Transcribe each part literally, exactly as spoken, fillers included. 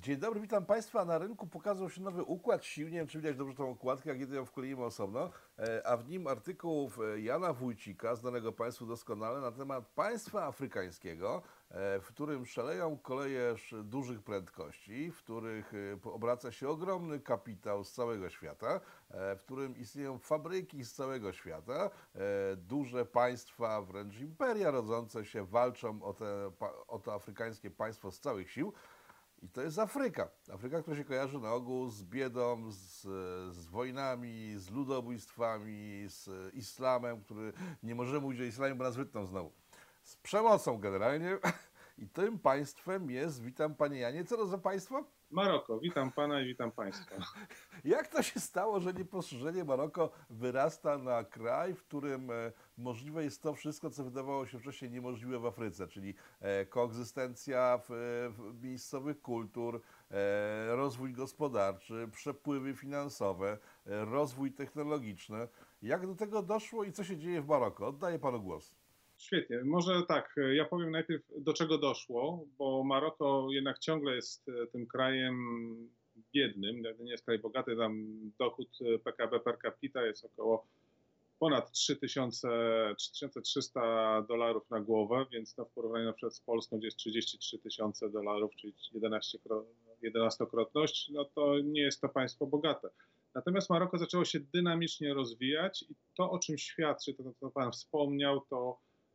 Dzień dobry, witam Państwa. Na rynku pokazał się nowy układ sił. Nie wiem, czy widać dobrze tą okładkę, jak jedynie ją wkleimy osobno, e, a w nim artykuł Jana Wójcika, znanego Państwu doskonale, na temat państwa afrykańskiego, e, w którym szaleją koleje dużych prędkości, w których e, obraca się ogromny kapitał z całego świata, e, w którym istnieją fabryki z całego świata, e, duże państwa, wręcz imperia rodzące się, walczą o, te, o to afrykańskie państwo z całych sił. I to jest Afryka. Afryka, która się kojarzy na ogół z biedą, z, z wojnami, z ludobójstwami, z islamem, który nie możemy mówić o islamie, bo nas wytną znowu. Z przemocą generalnie. I tym państwem jest, witam panie Janie, co to za państwo? Maroko. Witam pana i witam państwa. Jak to się stało, że niepostrzeżenie Maroko wyrasta na kraj, w którym możliwe jest to wszystko, co wydawało się wcześniej niemożliwe w Afryce, czyli koegzystencja w, w miejscowych kultur, rozwój gospodarczy, przepływy finansowe, rozwój technologiczny. Jak do tego doszło i co się dzieje w Maroko? Oddaję panu głos. Świetnie. Może tak, ja powiem najpierw, do czego doszło, bo Maroko jednak ciągle jest tym krajem biednym, nie jest kraj bogaty, tam dochód P K B per capita jest około ponad trzy tysiące trzysta dolarów na głowę, więc no w porównaniu na przykład z Polską, gdzie jest trzydzieści trzy tysiące dolarów, czyli jedenastokrotność, no to nie jest to państwo bogate. Natomiast Maroko zaczęło się dynamicznie rozwijać i to, o czym świadczy, to co pan wspomniał, to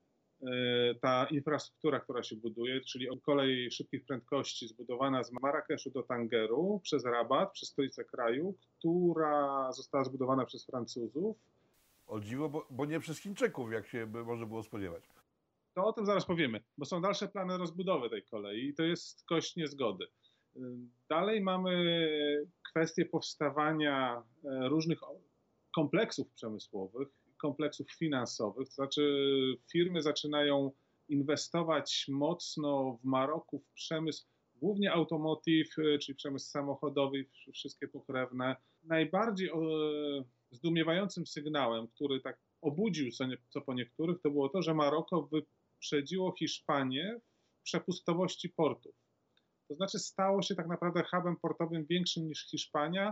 ta infrastruktura, która się buduje, czyli kolej szybkich prędkości zbudowana z Marrakeszu do Tangeru przez Rabat, przez stolicę kraju, która została zbudowana przez Francuzów. O dziwo, bo, bo nie przez Chińczyków, jak się by może było spodziewać. To o tym zaraz powiemy, bo są dalsze plany rozbudowy tej kolei i to jest kość niezgody. Dalej mamy kwestię powstawania różnych kompleksów przemysłowych, kompleksów finansowych, to znaczy firmy zaczynają inwestować mocno w Maroku w przemysł, głównie automotive, czyli przemysł samochodowy, wszystkie pokrewne. Najbardziej zdumiewającym sygnałem, który tak obudził co, nie, co po niektórych, to było to, że Maroko wyprzedziło Hiszpanię w przepustowości portów. To znaczy stało się tak naprawdę hubem portowym większym niż Hiszpania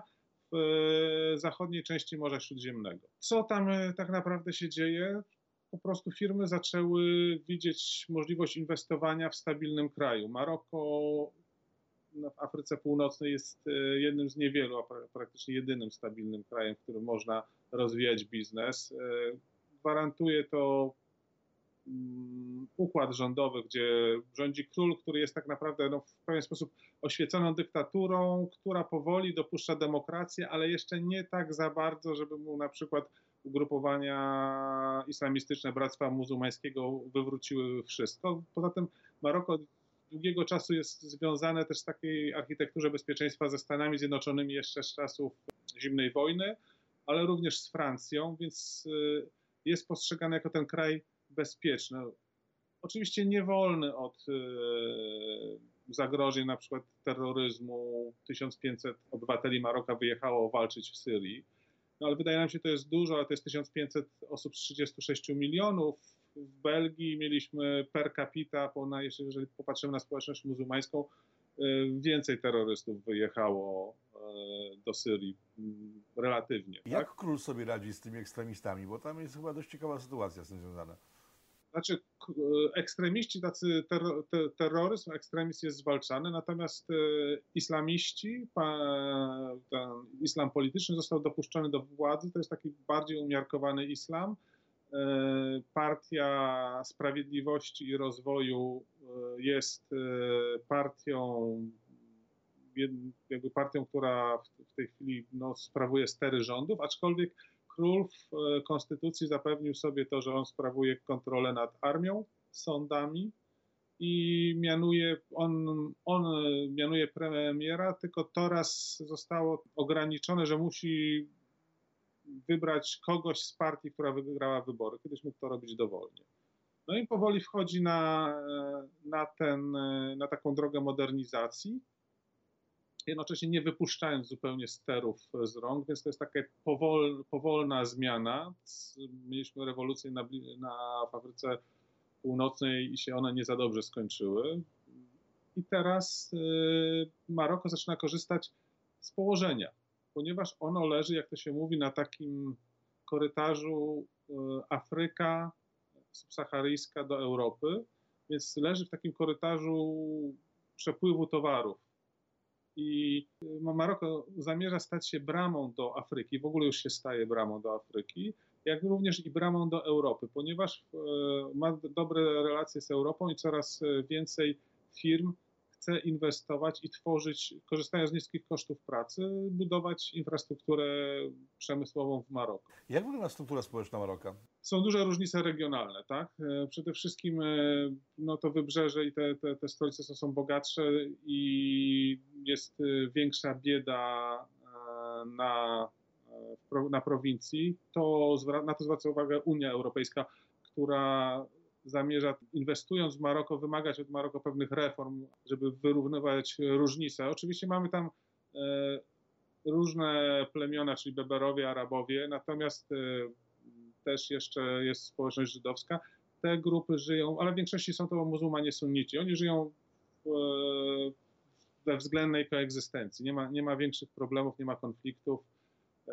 w zachodniej części Morza Śródziemnego. Co tam tak naprawdę się dzieje? Po prostu firmy zaczęły widzieć możliwość inwestowania w stabilnym kraju. Maroko w Afryce Północnej jest jednym z niewielu, a praktycznie jedynym stabilnym krajem, w którym można rozwijać biznes. Gwarantuje to układ rządowy, gdzie rządzi król, który jest tak naprawdę no, w pewien sposób oświeconą dyktaturą, która powoli dopuszcza demokrację, ale jeszcze nie tak za bardzo, żeby mu na przykład ugrupowania islamistyczne Bractwa Muzułmańskiego wywróciły wszystko. Poza tym Maroko od długiego czasu jest związane też z takiej architekturze bezpieczeństwa ze Stanami Zjednoczonymi jeszcze z czasów zimnej wojny, ale również z Francją, więc jest postrzegany jako ten kraj bezpieczny. Oczywiście nie wolny od yy, zagrożeń, na przykład terroryzmu. tysiąc pięćset obywateli Maroka wyjechało walczyć w Syrii. No ale wydaje nam się, to jest dużo, ale to jest tysiąc pięćset osób z trzydziestu sześciu milionów. W Belgii mieliśmy per capita, po, jeżeli popatrzymy na społeczność muzułmańską, yy, więcej terrorystów wyjechało yy, do Syrii yy, relatywnie. Jak tak? król sobie radzi z tymi ekstremistami? Bo tam jest chyba dość ciekawa sytuacja z tym związana. Znaczy, ekstremiści, tacy terro, ter, terroryzm, ekstremizm jest zwalczany, natomiast e, islamiści, pa, ten islam polityczny został dopuszczony do władzy, to jest taki bardziej umiarkowany islam. E, Partia Sprawiedliwości i Rozwoju e, jest e, partią, jakby partią, która w, w tej chwili no, sprawuje stery rządów, aczkolwiek król w konstytucji zapewnił sobie to, że on sprawuje kontrolę nad armią, sądami i mianuje, on, on mianuje premiera, tylko to raz zostało ograniczone, że musi wybrać kogoś z partii, która wygrała wybory. Kiedyś mógł to robić dowolnie. No i powoli wchodzi na, na, ten, na taką drogę modernizacji, jednocześnie nie wypuszczając zupełnie sterów z rąk, więc to jest taka powol, powolna zmiana. Mieliśmy rewolucję na, na, w Afryce Północnej i się one nie za dobrze skończyły. I teraz Maroko zaczyna korzystać z położenia, ponieważ ono leży, jak to się mówi, na takim korytarzu Afryka subsaharyjska do Europy, więc leży w takim korytarzu przepływu towarów. I Maroko zamierza stać się bramą do Afryki, w ogóle już się staje bramą do Afryki, jak również i bramą do Europy, ponieważ ma dobre relacje z Europą i coraz więcej firm chce inwestować i tworzyć, korzystając z niskich kosztów pracy, budować infrastrukturę przemysłową w Maroku. Jak wygląda struktura społeczna Maroka? Są duże różnice regionalne, tak? Przede wszystkim no to wybrzeże i te, te, te stolice są, są bogatsze i jest większa bieda na, na prowincji. To, na to zwraca uwagę Unia Europejska, która zamierza, inwestując w Maroko, wymagać od Maroko pewnych reform, żeby wyrównywać różnice. Oczywiście mamy tam różne plemiona, czyli Beberowie, Arabowie, natomiast też jeszcze jest społeczność żydowska. Te grupy żyją, ale w większości są to muzułmanie sunnici. Oni żyją w, we względnej koegzystencji. Nie ma, nie ma większych problemów, nie ma konfliktów, e,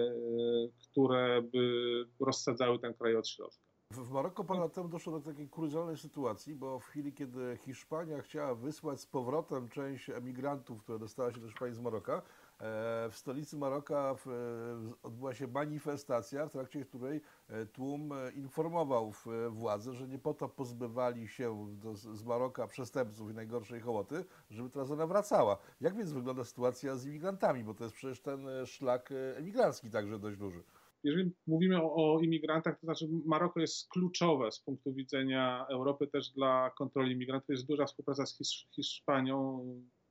które by rozsadzały ten kraj od środka. W Maroku parę lat temu doszło do takiej kuriozalnej sytuacji, bo w chwili, kiedy Hiszpania chciała wysłać z powrotem część emigrantów, która dostała się do Hiszpanii z Maroka, w stolicy Maroka odbyła się manifestacja, w trakcie której tłum informował władze, że nie po to pozbywali się do, z Maroka przestępców i najgorszej hołoty, żeby teraz ona wracała. Jak więc wygląda sytuacja z imigrantami, bo to jest przecież ten szlak emigrancki także dość duży. Jeżeli mówimy o, o imigrantach, to znaczy Maroko jest kluczowe z punktu widzenia Europy też dla kontroli imigrantów. Jest duża współpraca z Hisz Hiszpanią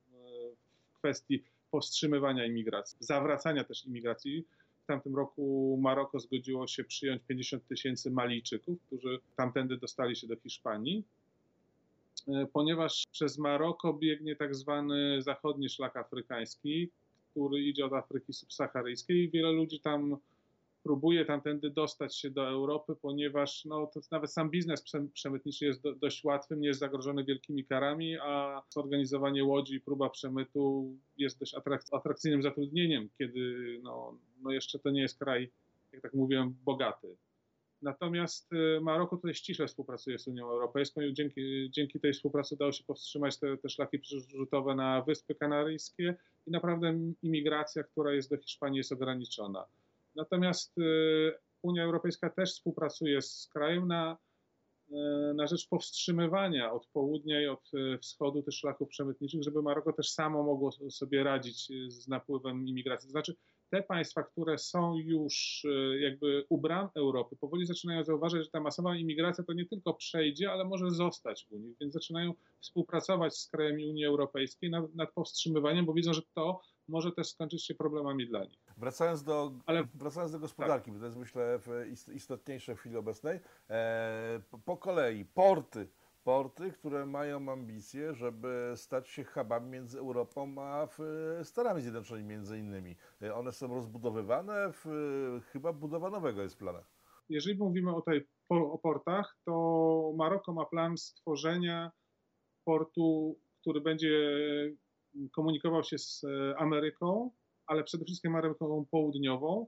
w kwestii powstrzymywania imigracji, zawracania też imigracji. W tamtym roku Maroko zgodziło się przyjąć pięćdziesiąt tysięcy Malijczyków, którzy tamtędy dostali się do Hiszpanii, ponieważ przez Maroko biegnie tak zwany zachodni szlak afrykański, który idzie od Afryki subsaharyjskiej i wiele ludzi tam próbuje tamtędy dostać się do Europy, ponieważ no, to nawet sam biznes przemytniczy jest do, dość łatwym, nie jest zagrożony wielkimi karami, a zorganizowanie łodzi i próba przemytu jest dość atrak atrakcyjnym zatrudnieniem, kiedy no, no jeszcze to nie jest kraj, jak tak mówiłem, bogaty. Natomiast Maroko tutaj ściśle współpracuje z Unią Europejską i dzięki, dzięki tej współpracy udało się powstrzymać te, te szlaki przerzutowe na Wyspy Kanaryjskie i naprawdę imigracja, która jest do Hiszpanii, jest ograniczona. Natomiast Unia Europejska też współpracuje z krajem na, na rzecz powstrzymywania od południa i od wschodu tych szlaków przemytniczych, żeby Maroko też samo mogło sobie radzić z napływem imigracji. To znaczy te państwa, które są już jakby u bram Europy, powoli zaczynają zauważyć, że ta masowa imigracja to nie tylko przejdzie, ale może zostać w Unii, więc zaczynają współpracować z krajami Unii Europejskiej nad, nad powstrzymywaniem, bo widzą, że to może też skończyć się problemami dla nich. Wracając do, Ale, wracając do gospodarki, tak. Bo to jest myślę istotniejsze w chwili obecnej, e, po kolei porty, porty, które mają ambicje, żeby stać się hubami między Europą a Stanami Zjednoczonymi między innymi. One są rozbudowywane, w, chyba budowa nowego jest w planach. Jeżeli mówimy o, tej, o portach, to Maroko ma plan stworzenia portu, który będzie komunikował się z Ameryką, ale przede wszystkim Ameryką Południową.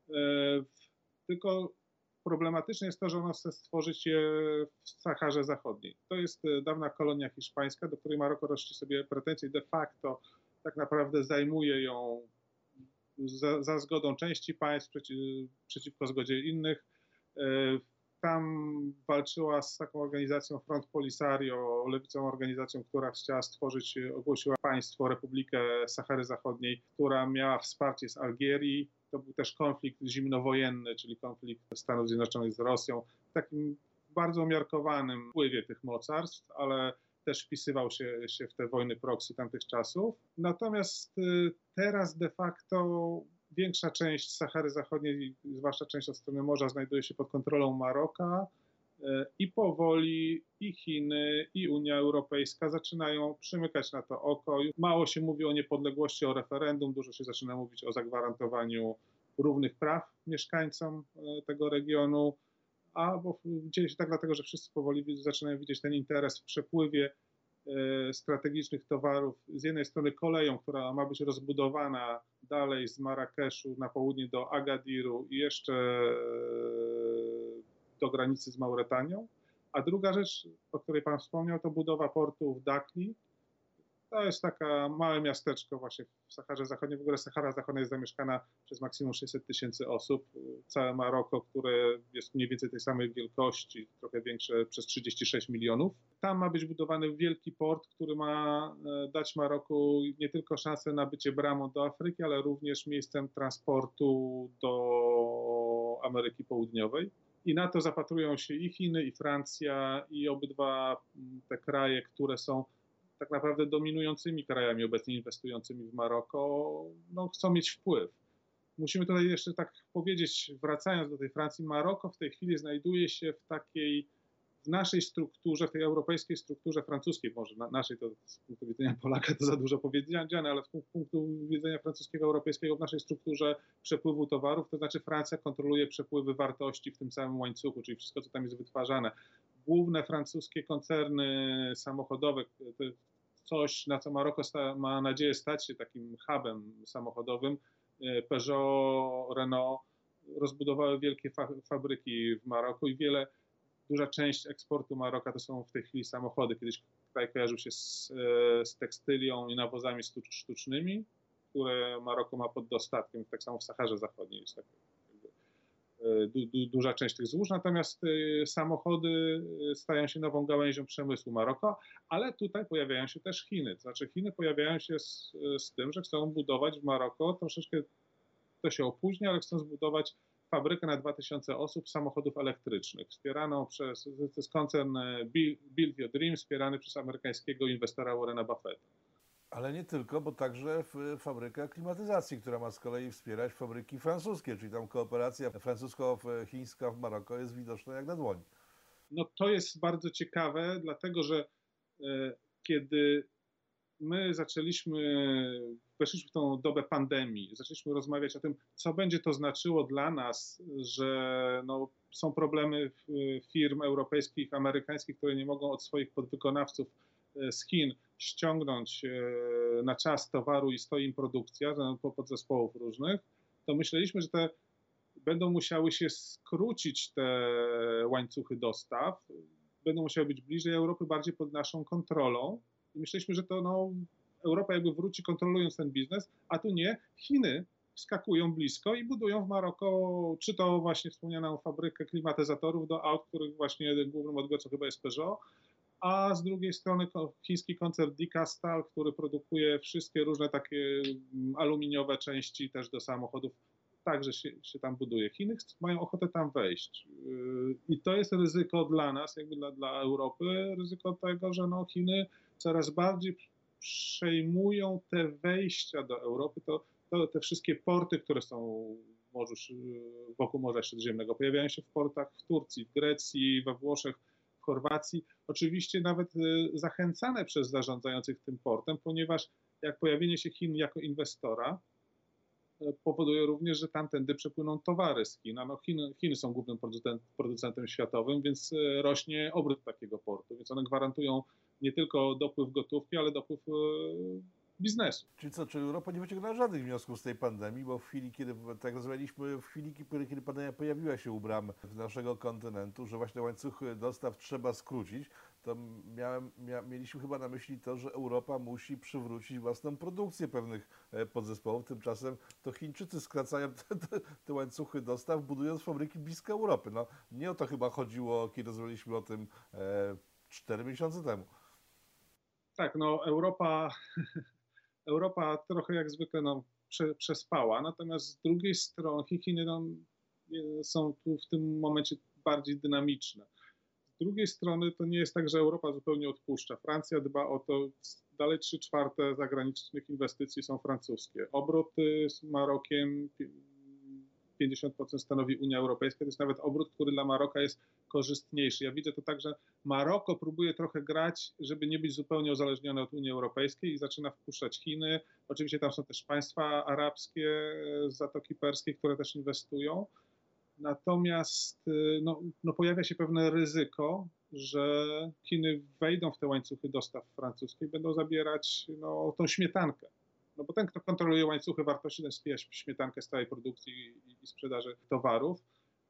Tylko problematyczne jest to, że ono chce stworzyć je w Saharze Zachodniej. To jest dawna kolonia hiszpańska, do której Maroko rości sobie pretensje. De facto tak naprawdę zajmuje ją za, za zgodą części państw, przeciw, przeciwko zgodzie innych. Tam walczyła z taką organizacją Front Polisario, lewicową organizacją, która chciała stworzyć, ogłosiła państwo, Republikę Sahary Zachodniej, która miała wsparcie z Algierii. To był też konflikt zimnowojenny, czyli konflikt Stanów Zjednoczonych z Rosją, w takim bardzo umiarkowanym wpływie tych mocarstw, ale też wpisywał się, się w te wojny proxy tamtych czasów. Natomiast teraz de facto większa część Sahary Zachodniej, zwłaszcza część od strony morza, znajduje się pod kontrolą Maroka i powoli i Chiny, i Unia Europejska zaczynają przymykać na to oko. Mało się mówi o niepodległości, o referendum, dużo się zaczyna mówić o zagwarantowaniu równych praw mieszkańcom tego regionu, a bo dzieje się tak dlatego, że wszyscy powoli zaczynają widzieć ten interes w przepływie strategicznych towarów, z jednej strony koleją, która ma być rozbudowana dalej z Marrakeszu na południe do Agadiru i jeszcze do granicy z Mauretanią, a druga rzecz, o której Pan wspomniał, to budowa portu w Dakli. To jest taka małe miasteczko właśnie w Saharze Zachodniej. W ogóle Sahara Zachodnia jest zamieszkana przez maksimum sześćset tysięcy osób. Całe Maroko, które jest mniej więcej tej samej wielkości, trochę większe, przez trzydzieści sześć milionów. Tam ma być budowany wielki port, który ma dać Maroku nie tylko szansę na bycie bramą do Afryki, ale również miejscem transportu do Ameryki Południowej. I na to zapatrują się i Chiny, i Francja, i obydwa te kraje, które są tak naprawdę dominującymi krajami obecnie inwestującymi w Maroko, no, chcą mieć wpływ. Musimy tutaj jeszcze tak powiedzieć, wracając do tej Francji, Maroko w tej chwili znajduje się w takiej, w naszej strukturze, w tej europejskiej strukturze francuskiej, może na, naszej to z punktu widzenia Polaka to za dużo powiedziane, ale z punktu widzenia francuskiego, europejskiego, w naszej strukturze przepływu towarów, to znaczy Francja kontroluje przepływy wartości w tym samym łańcuchu, czyli wszystko, co tam jest wytwarzane. Główne francuskie koncerny samochodowe, coś, na co Maroko sta, ma nadzieję stać się takim hubem samochodowym, Peugeot, Renault, rozbudowały wielkie fa fabryki w Maroku i wiele, duża część eksportu Maroka to są w tej chwili samochody. Kiedyś kraj kojarzył się z, z tekstylią i nawozami sztucznymi, które Maroko ma pod dostatkiem, tak samo w Saharze Zachodniej jest tak. Du, du, duża część tych złóż, natomiast y, samochody stają się nową gałęzią przemysłu Maroka, ale tutaj pojawiają się też Chiny. To znaczy Chiny pojawiają się z, z tym, że chcą budować w Maroko, troszeczkę to się opóźnia, ale chcą zbudować fabrykę na dwa tysiące osób samochodów elektrycznych, wspieraną przez, to jest koncern Build Your Dream, wspierany przez amerykańskiego inwestora Warrena Buffetta. Ale nie tylko, bo także fabryka klimatyzacji, która ma z kolei wspierać fabryki francuskie, czyli tam kooperacja francusko-chińska w Maroko jest widoczna jak na dłoni. No to jest bardzo ciekawe, dlatego że e, kiedy my zaczęliśmy, weszliśmy w tą dobę pandemii, zaczęliśmy rozmawiać o tym, co będzie to znaczyło dla nas, że no, są problemy firm europejskich, amerykańskich, które nie mogą od swoich podwykonawców z Chin ściągnąć na czas towaru i stoi im produkcja podzespołów różnych, to myśleliśmy, że te będą musiały się skrócić te łańcuchy dostaw, będą musiały być bliżej Europy, bardziej pod naszą kontrolą. I myśleliśmy, że to no, Europa jakby wróci kontrolując ten biznes, a tu nie. Chiny wskakują blisko i budują w Maroko, czy to właśnie wspomnianą fabrykę klimatyzatorów do aut, których właśnie głównym odbiorcą chyba jest Peugeot, a z drugiej strony chiński koncern Dicastal, który produkuje wszystkie różne takie aluminiowe części też do samochodów, także się, się tam buduje. Chiny mają ochotę tam wejść. I to jest ryzyko dla nas, jakby dla, dla Europy, ryzyko tego, że no Chiny coraz bardziej przejmują te wejścia do Europy, to, to te wszystkie porty, które są w morzu, wokół Morza Śródziemnego, pojawiają się w portach w Turcji, w Grecji, we Włoszech, w Chorwacji. Oczywiście nawet zachęcane przez zarządzających tym portem, ponieważ jak pojawienie się Chin jako inwestora powoduje również, że tamtędy przepłyną towary z Chin. No Chiny, Chiny są głównym producent, producentem światowym, więc rośnie obrót takiego portu, więc one gwarantują nie tylko dopływ gotówki, ale dopływ biznesu. Czyli co, czy Europa nie wyciągnęła żadnych wniosków z tej pandemii, bo w chwili, kiedy, tak rozmawialiśmy, w chwili, kiedy pandemia pojawiła się u bram naszego kontynentu, że właśnie łańcuchy dostaw trzeba skrócić, to miałem, mia, mieliśmy chyba na myśli to, że Europa musi przywrócić własną produkcję pewnych podzespołów. Tymczasem to Chińczycy skracają te, te, te łańcuchy dostaw, budując fabryki blisko Europy. No, nie o to chyba chodziło, kiedy rozmawialiśmy o tym e, cztery miesiące temu. Tak, no Europa... Europa trochę jak zwykle no, prze, przespała, natomiast z drugiej strony Chiny no, są tu w tym momencie bardziej dynamiczne. Z drugiej strony to nie jest tak, że Europa zupełnie odpuszcza. Francja dba o to, dalej trzy czwarte zagranicznych inwestycji są francuskie. Obroty z Marokiem pięćdziesiąt procent stanowi Unia Europejska. To jest nawet obrót, który dla Maroka jest korzystniejszy. Ja widzę to tak, że Maroko próbuje trochę grać, żeby nie być zupełnie uzależnione od Unii Europejskiej i zaczyna wpuszczać Chiny. Oczywiście tam są też państwa arabskie z Zatoki Perskiej, które też inwestują. Natomiast no, no pojawia się pewne ryzyko, że Chiny wejdą w te łańcuchy dostaw francuskiej, będą zabierać no, tą śmietankę. No bo ten, kto kontroluje łańcuchy wartości, ten spija śmietankę z całej produkcji i, i sprzedaży towarów.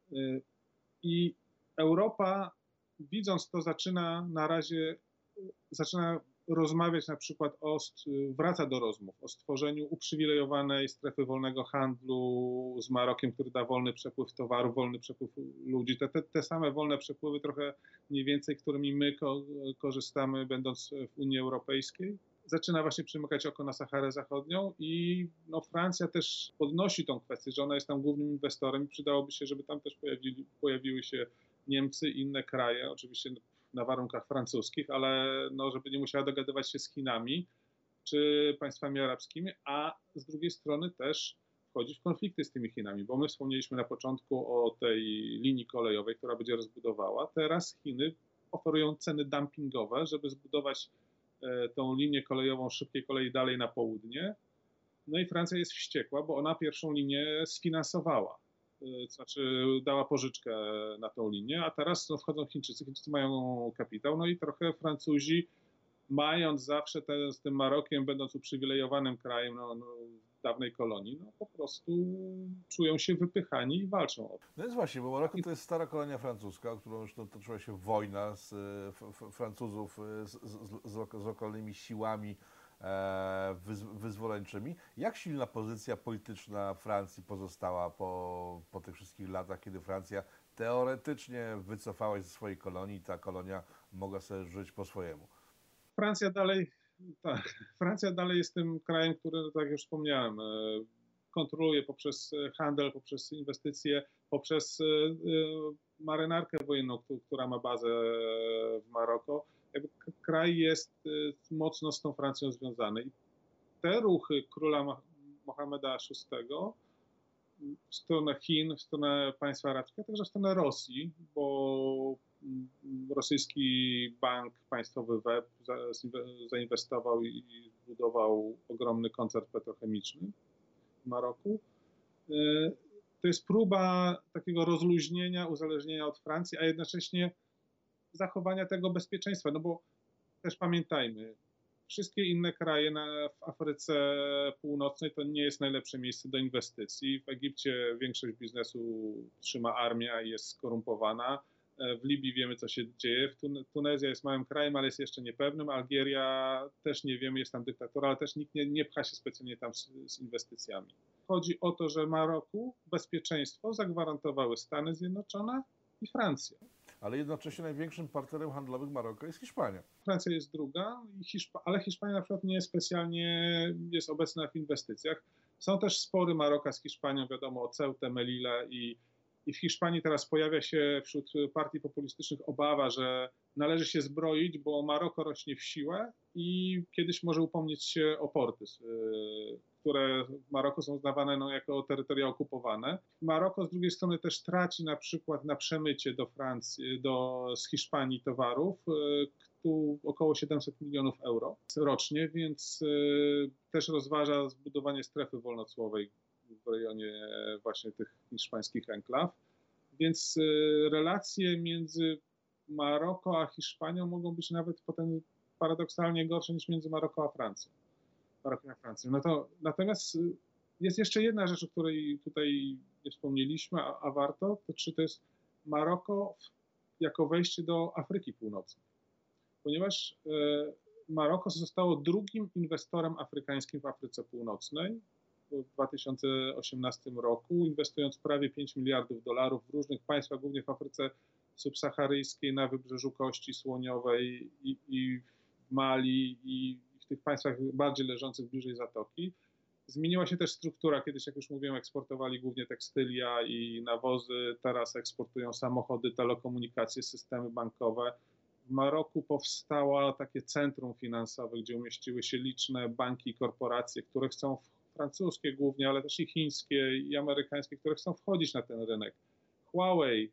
I Europa, widząc to, zaczyna na razie zaczyna rozmawiać na przykład o, wraca do rozmów o stworzeniu uprzywilejowanej strefy wolnego handlu z Marokiem, który da wolny przepływ towarów, wolny przepływ ludzi. Te, te, te same wolne przepływy, trochę mniej więcej, którymi my ko korzystamy, będąc w Unii Europejskiej. Zaczyna właśnie przymykać oko na Saharę Zachodnią i no, Francja też podnosi tą kwestię, że ona jest tam głównym inwestorem i przydałoby się, żeby tam też pojawili, pojawiły się Niemcy i inne kraje, oczywiście na warunkach francuskich, ale no, żeby nie musiała dogadywać się z Chinami czy państwami arabskimi, a z drugiej strony też wchodzić w konflikty z tymi Chinami, bo my wspomnieliśmy na początku o tej linii kolejowej, która będzie rozbudowała. Teraz Chiny oferują ceny dumpingowe, żeby zbudować tą linię kolejową szybkiej kolei dalej na południe. No i Francja jest wściekła, bo ona pierwszą linię sfinansowała. To znaczy dała pożyczkę na tą linię, a teraz no, wchodzą Chińczycy, Chińczycy mają kapitał, no i trochę Francuzi, mając zawsze te, z tym Marokiem, będąc uprzywilejowanym krajem no, no, dawnej kolonii, no po prostu czują się wypychani i walczą o to. No jest właśnie, bo Maroko to jest stara kolonia francuska, o którą już toczyła się wojna z f, Francuzów z, z, z, z lokalnymi siłami e, wyz, wyzwoleńczymi. Jak silna pozycja polityczna Francji pozostała po, po tych wszystkich latach, kiedy Francja teoretycznie wycofała się ze swojej kolonii i ta kolonia mogła sobie żyć po swojemu? Francja dalej, tak, Francja dalej jest tym krajem, który, tak jak już wspomniałem, kontroluje poprzez handel, poprzez inwestycje, poprzez marynarkę wojenną, która ma bazę w Maroko. Jakby kraj jest mocno z tą Francją związany. I te ruchy króla Mohameda szóstego w stronę Chin, w stronę państw arabskich, a także w stronę Rosji, bo rosyjski bank państwowy W E B zainwestował i zbudował ogromny koncern petrochemiczny w Maroku. To jest próba takiego rozluźnienia, uzależnienia od Francji, a jednocześnie zachowania tego bezpieczeństwa. No bo też pamiętajmy, wszystkie inne kraje na, w Afryce Północnej to nie jest najlepsze miejsce do inwestycji. W Egipcie większość biznesu trzyma armia i jest skorumpowana. W Libii wiemy, co się dzieje. Tunezja jest małym krajem, ale jest jeszcze niepewnym. Algieria też nie wiemy, jest tam dyktatura, ale też nikt nie, nie pcha się specjalnie tam z, z inwestycjami. Chodzi o to, że Maroku bezpieczeństwo zagwarantowały Stany Zjednoczone i Francja. Ale jednocześnie największym partnerem handlowym Maroka jest Hiszpania. Francja jest druga, Hiszpa ale Hiszpania na przykład nie specjalnie jest obecna w inwestycjach. Są też spory Maroka z Hiszpanią, wiadomo, o Ceutę, Melillę i, i w Hiszpanii teraz pojawia się wśród partii populistycznych obawa, że należy się zbroić, bo Maroko rośnie w siłę i kiedyś może upomnieć się o porty, które w Maroku są uznawane no, jako terytoria okupowane. Maroko z drugiej strony też traci na przykład na przemycie do Francji, do, z Hiszpanii towarów, tu około siedemset milionów euro rocznie, więc też rozważa zbudowanie strefy wolnocłowej w rejonie właśnie tych hiszpańskich enklaw. Więc relacje między Maroko a Hiszpanią mogą być nawet potem paradoksalnie gorsze niż między Maroko a Francją. Maroko a Francją. No to, natomiast jest jeszcze jedna rzecz, o której tutaj nie wspomnieliśmy, a, a warto, to czy to jest Maroko jako wejście do Afryki Północnej. Ponieważ e, Maroko zostało drugim inwestorem afrykańskim w Afryce Północnej w dwa tysiące osiemnastym roku, inwestując prawie pięć miliardów dolarów w różnych państwach, głównie w Afryce subsaharyjskiej, na wybrzeżu Kości Słoniowej i, i w Mali i w tych państwach bardziej leżących bliżej Zatoki. Zmieniła się też struktura. Kiedyś, jak już mówiłem, eksportowali głównie tekstylia i nawozy, teraz eksportują samochody, telekomunikacje, systemy bankowe. W Maroku powstało takie centrum finansowe, gdzie umieściły się liczne banki i korporacje, które chcą, francuskie głównie, ale też i chińskie i amerykańskie, które chcą wchodzić na ten rynek. Huawei,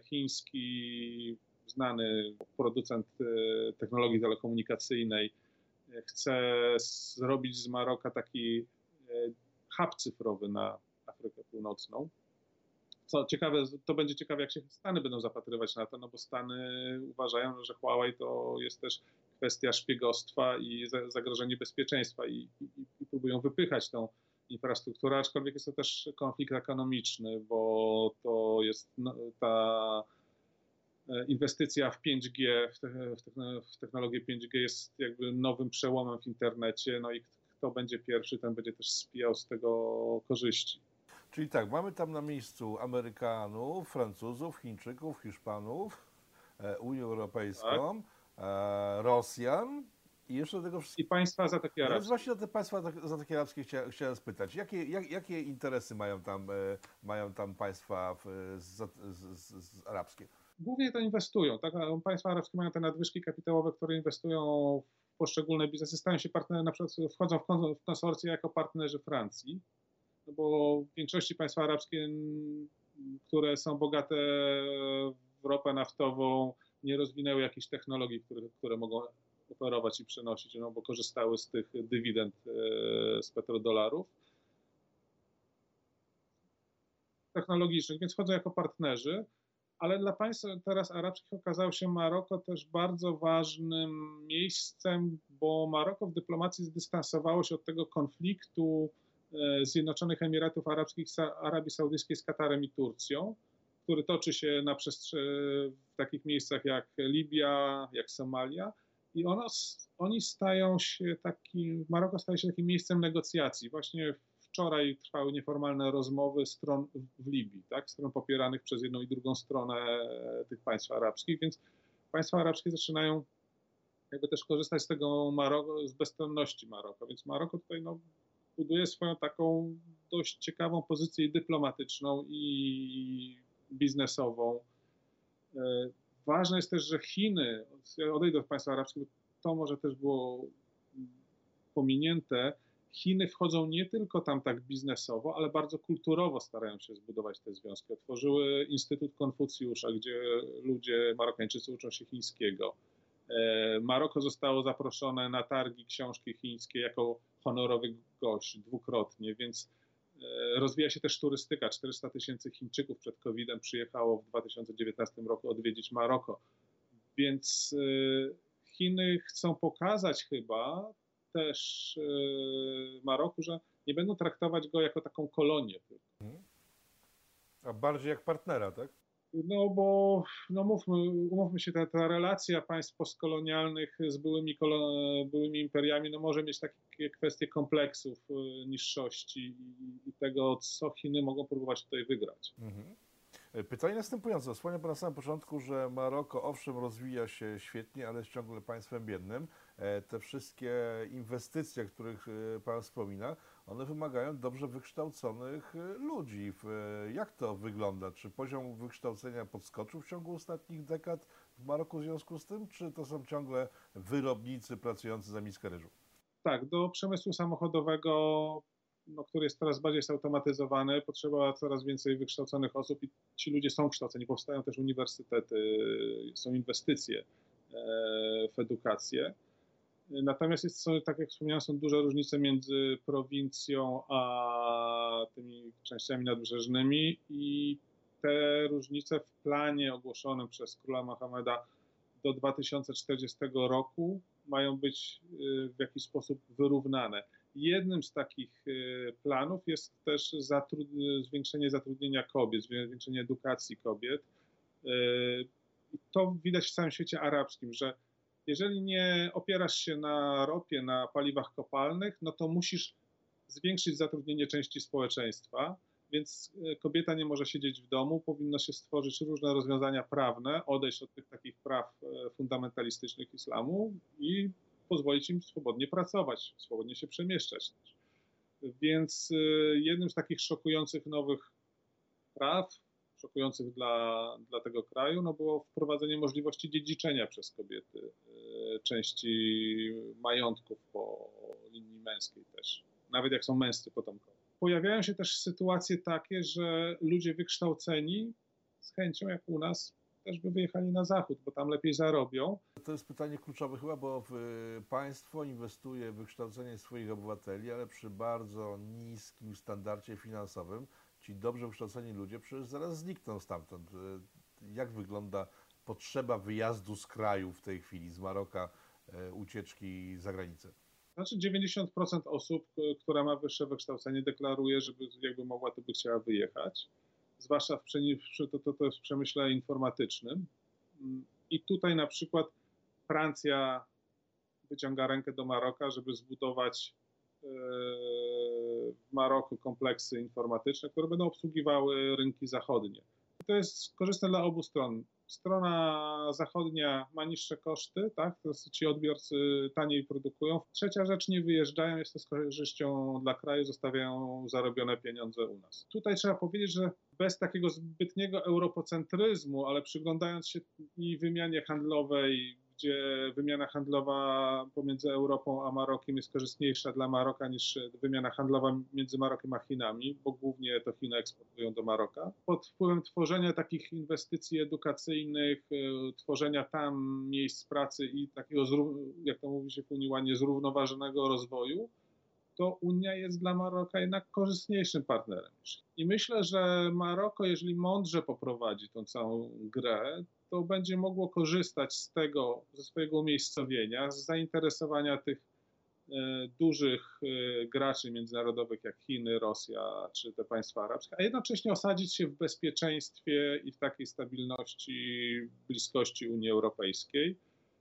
chiński, znany producent technologii telekomunikacyjnej, chce zrobić z Maroka taki hub cyfrowy na Afrykę Północną. Co ciekawe, to będzie ciekawe, jak się Stany będą zapatrywać na to, no bo Stany uważają, że Huawei to jest też kwestia szpiegostwa i zagrożenie bezpieczeństwa i, i, i próbują wypychać tą infrastrukturę, aczkolwiek jest to też konflikt ekonomiczny, bo to jest no, ta inwestycja w pięć G, w, te, w technologię pięć G jest jakby nowym przełomem w internecie, no i kto będzie pierwszy, ten będzie też spijał z tego korzyści. Czyli tak, mamy tam na miejscu Amerykanów, Francuzów, Chińczyków, Hiszpanów, Unię Europejską, tak. Rosjan i jeszcze do tego wszystkiego. I państwa Zatoki Arabskiej. Więc właśnie o te państwa Zatoki Arabskiej chciałem, chciałem spytać. Jakie, jak, jakie interesy mają tam, mają tam państwa z, z, z, z arabskie? Głównie to inwestują. Tak? Państwa arabskie mają te nadwyżki kapitałowe, które inwestują w poszczególne biznesy, stają się partnerem, na przykład wchodzą w konsorcje jako partnerzy Francji, no bo w większości państwa arabskie, które są bogate w ropę naftową, nie rozwinęły jakichś technologii, które, które mogą operować i przenosić, no bo korzystały z tych dywidend z petrodolarów technologicznych, więc wchodzą jako partnerzy. Ale dla państw teraz arabskich okazało się Maroko też bardzo ważnym miejscem, bo Maroko w dyplomacji zdystansowało się od tego konfliktu Zjednoczonych Emiratów Arabskich, Arabii Saudyjskiej z Katarem i Turcją, który toczy się na w takich miejscach jak Libia, jak Somalia. I ono, oni stają się takim, Maroko staje się takim miejscem negocjacji. Właśnie wczoraj trwały nieformalne rozmowy stron w Libii, tak? Stron popieranych przez jedną i drugą stronę tych państw arabskich, więc państwa arabskie zaczynają jakby też korzystać z tego Maroko, z bezstronności Maroka, więc Maroko tutaj no, buduje swoją taką dość ciekawą pozycję dyplomatyczną i biznesową. Ważne jest też, że Chiny, ja odejdę od państw arabskich, to może też było pominięte, Chiny wchodzą nie tylko tam tak biznesowo, ale bardzo kulturowo starają się zbudować te związki. Otworzyły Instytut Konfucjusza, gdzie ludzie, Marokańczycy uczą się chińskiego. Maroko zostało zaproszone na targi książki chińskie jako honorowy gość dwukrotnie, więc rozwija się też turystyka. czterysta tysięcy Chińczyków przed kowidem przyjechało w dwa tysiące dziewiętnastym roku odwiedzić Maroko. Więc Chiny chcą pokazać chyba też Maroku, że nie będą traktować go jako taką kolonię tylko. A bardziej jak partnera, tak? No bo, no mówmy, umówmy się, ta, ta relacja państw postkolonialnych z byłymi, byłymi imperiami no może mieć takie kwestie kompleksów, niższości i, i tego, co Chiny mogą próbować tutaj wygrać. Mhm. Pytanie następujące. Wspomniał Pan na samym początku, że Maroko owszem rozwija się świetnie, ale jest ciągle państwem biednym. Te wszystkie inwestycje, o których Pan wspomina, one wymagają dobrze wykształconych ludzi. Jak to wygląda? Czy poziom wykształcenia podskoczył w ciągu ostatnich dekad w Maroku w związku z tym, czy to są ciągle wyrobnicy pracujący za miskę ryżu? Tak, do przemysłu samochodowego, no, który jest coraz bardziej zautomatyzowany, potrzeba coraz więcej wykształconych osób i ci ludzie są kształceni. Powstają też uniwersytety, są inwestycje w edukację. Natomiast jest, są, tak jak wspomniałem, są duże różnice między prowincją a tymi częściami nadbrzeżnymi i te różnice w planie ogłoszonym przez króla Mohameda do dwa tysiące czterdziestego roku mają być w jakiś sposób wyrównane. Jednym z takich planów jest też zatrud- zwiększenie zatrudnienia kobiet, zwiększenie edukacji kobiet. I to widać w całym świecie arabskim, że jeżeli nie opierasz się na ropie, na paliwach kopalnych, no to musisz zwiększyć zatrudnienie części społeczeństwa, więc kobieta nie może siedzieć w domu, powinno się stworzyć różne rozwiązania prawne, odejść od tych takich praw fundamentalistycznych islamu i pozwolić im swobodnie pracować, swobodnie się przemieszczać. Więc jednym z takich szokujących nowych praw, szokujących dla, dla tego kraju, no było wprowadzenie możliwości dziedziczenia przez kobiety części majątków po linii męskiej też, nawet jak są męscy potomkowie. Pojawiają się też sytuacje takie, że ludzie wykształceni z chęcią, jak u nas, też by wyjechali na zachód, bo tam lepiej zarobią. To jest pytanie kluczowe chyba, bo państwo inwestuje w wykształcenie swoich obywateli, ale przy bardzo niskim standardzie finansowym. Ci ci dobrze wykształceni ludzie przecież zaraz znikną stamtąd. Jak wygląda potrzeba wyjazdu z kraju w tej chwili, z Maroka, ucieczki za granicę? Znaczy dziewięćdziesiąt procent osób, która ma wyższe wykształcenie, deklaruje, żeby jakby mogła, to by chciała wyjechać. Zwłaszcza w, to, to, to jest w przemyśle informatycznym. I tutaj na przykład Francja wyciąga rękę do Maroka, żeby zbudować w Maroku kompleksy informatyczne, które będą obsługiwały rynki zachodnie. I to jest korzystne dla obu stron. Strona zachodnia ma niższe koszty, tak? To ci odbiorcy taniej produkują. Trzecia rzecz, nie wyjeżdżają, jest to z korzyścią dla kraju, zostawiają zarobione pieniądze u nas. Tutaj trzeba powiedzieć, że bez takiego zbytniego europocentryzmu, ale przyglądając się i wymianie handlowej, gdzie wymiana handlowa pomiędzy Europą a Marokiem jest korzystniejsza dla Maroka niż wymiana handlowa między Marokiem a Chinami, bo głównie to Chiny eksportują do Maroka. Pod wpływem tworzenia takich inwestycji edukacyjnych, tworzenia tam miejsc pracy i takiego, jak to mówi się w Unii ładnie, zrównoważonego rozwoju, to Unia jest dla Maroka jednak korzystniejszym partnerem. I myślę, że Maroko, jeżeli mądrze poprowadzi tą całą grę, to będzie mogło korzystać z tego, ze swojego umiejscowienia, z zainteresowania tych e, dużych e, graczy międzynarodowych jak Chiny, Rosja czy te państwa arabskie, a jednocześnie osadzić się w bezpieczeństwie i w takiej stabilności, bliskości Unii Europejskiej.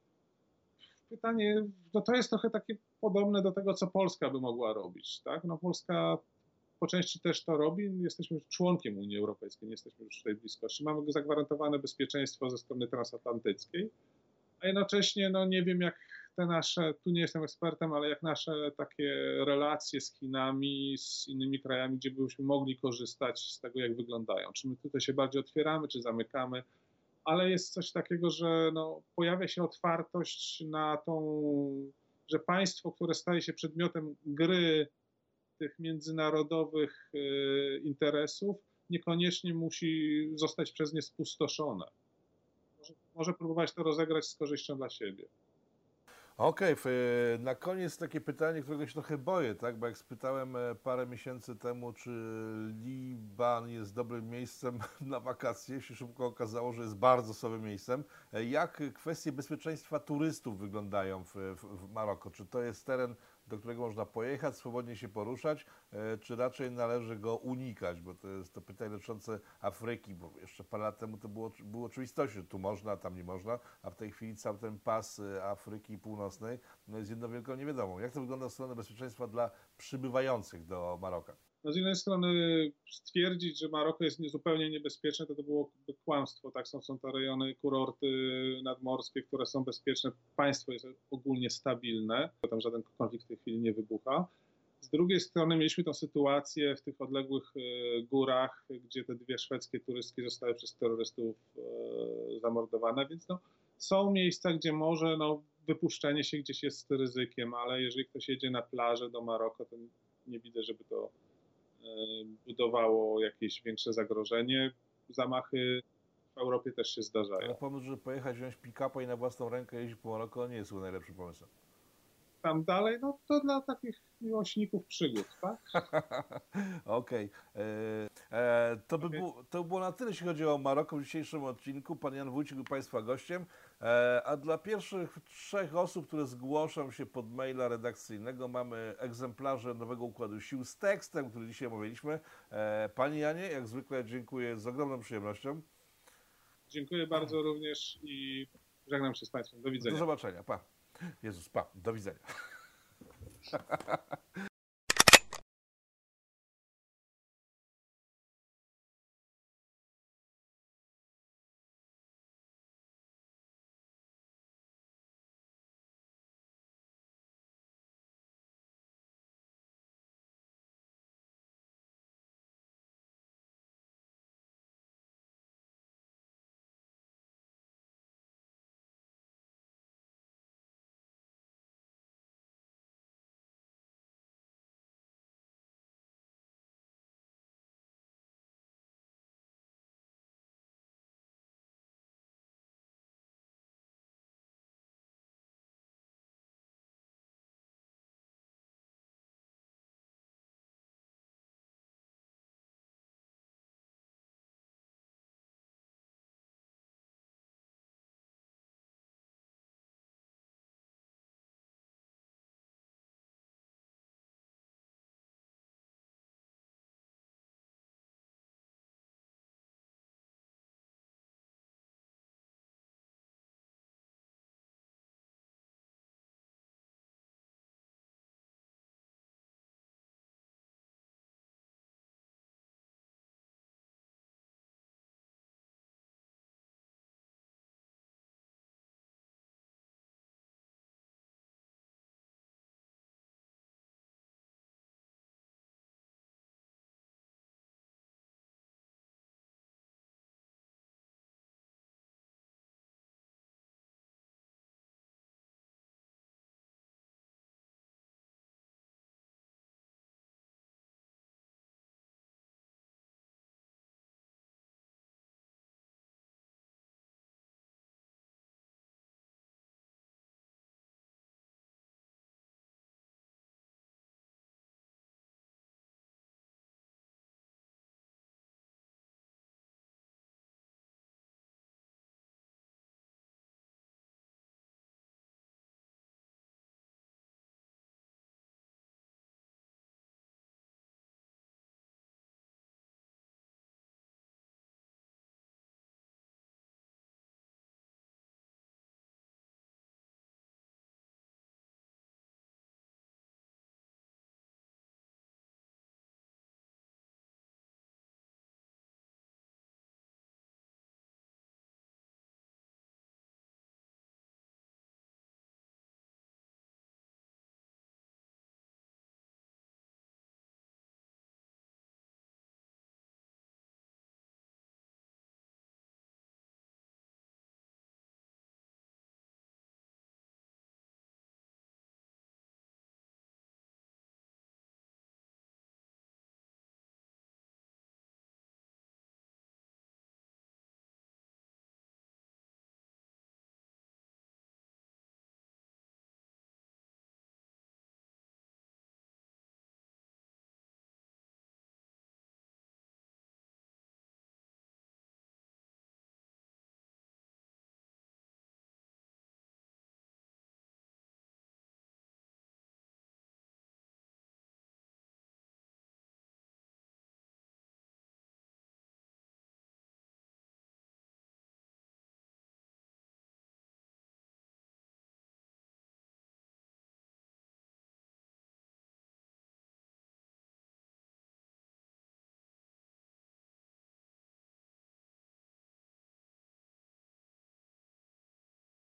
Pytanie, no to jest trochę takie podobne do tego, co Polska by mogła robić, tak? No Polska po części też to robi, jesteśmy członkiem Unii Europejskiej, nie jesteśmy już w tej bliskości. Mamy zagwarantowane bezpieczeństwo ze strony transatlantyckiej, a jednocześnie no nie wiem jak te nasze, tu nie jestem ekspertem, ale jak nasze takie relacje z Chinami, z innymi krajami, gdzie byśmy mogli korzystać z tego, jak wyglądają. Czy my tutaj się bardziej otwieramy, czy zamykamy, ale jest coś takiego, że no, pojawia się otwartość na tą, że państwo, które staje się przedmiotem gry tych międzynarodowych y, interesów, niekoniecznie musi zostać przez nie spustoszone. Może, może próbować to rozegrać z korzyścią dla siebie. Okej, okay, na koniec takie pytanie, którego się trochę boję, tak? Bo jak spytałem parę miesięcy temu, czy Liban jest dobrym miejscem na wakacje, się szybko okazało, że jest bardzo słabym miejscem. Jak kwestie bezpieczeństwa turystów wyglądają w, w, w Maroku? Czy to jest teren, do którego można pojechać, swobodnie się poruszać, czy raczej należy go unikać? Bo to jest to pytanie dotyczące Afryki, bo jeszcze parę lat temu to było, było oczywistością, że tu można, tam nie można, a w tej chwili cały ten pas Afryki Północnej no jest jedną wielką niewiadomą. Jak to wygląda od strony bezpieczeństwa dla przybywających do Maroka? No z jednej strony stwierdzić, że Maroko jest zupełnie niebezpieczne, to to było kłamstwo. Tak, są, są to rejony, kurorty nadmorskie, które są bezpieczne. Państwo jest ogólnie stabilne, tam żaden konflikt w tej chwili nie wybucha. Z drugiej strony mieliśmy tę sytuację w tych odległych górach, gdzie te dwie szwedzkie turystki zostały przez terrorystów zamordowane, więc no, są miejsca, gdzie może no, wypuszczenie się gdzieś jest z ryzykiem, ale jeżeli ktoś jedzie na plażę do Maroka, to nie widzę, żeby to budowało jakieś większe zagrożenie. Zamachy w Europie też się zdarzają. Ale pomysł, żeby pojechać, wziąć pick-upa i na własną rękę jeździć po Maroku, nie jest najlepszym pomysłem. Tam dalej, no to dla takich miłośników przygód, tak? Okej. Okay. To, by było, to by było na tyle, jeśli chodzi o Maroko w dzisiejszym odcinku. Pan Jan Wójcik był Państwa gościem. E, a dla pierwszych trzech osób, które zgłoszą się pod maila redakcyjnego, mamy egzemplarze nowego układu sił z tekstem, który dzisiaj omawialiśmy. E, Panie Janie, jak zwykle dziękuję z ogromną przyjemnością. Dziękuję bardzo również i żegnam się z Państwem. Do widzenia. Do zobaczenia. Pa. Jezus, pa. Do widzenia.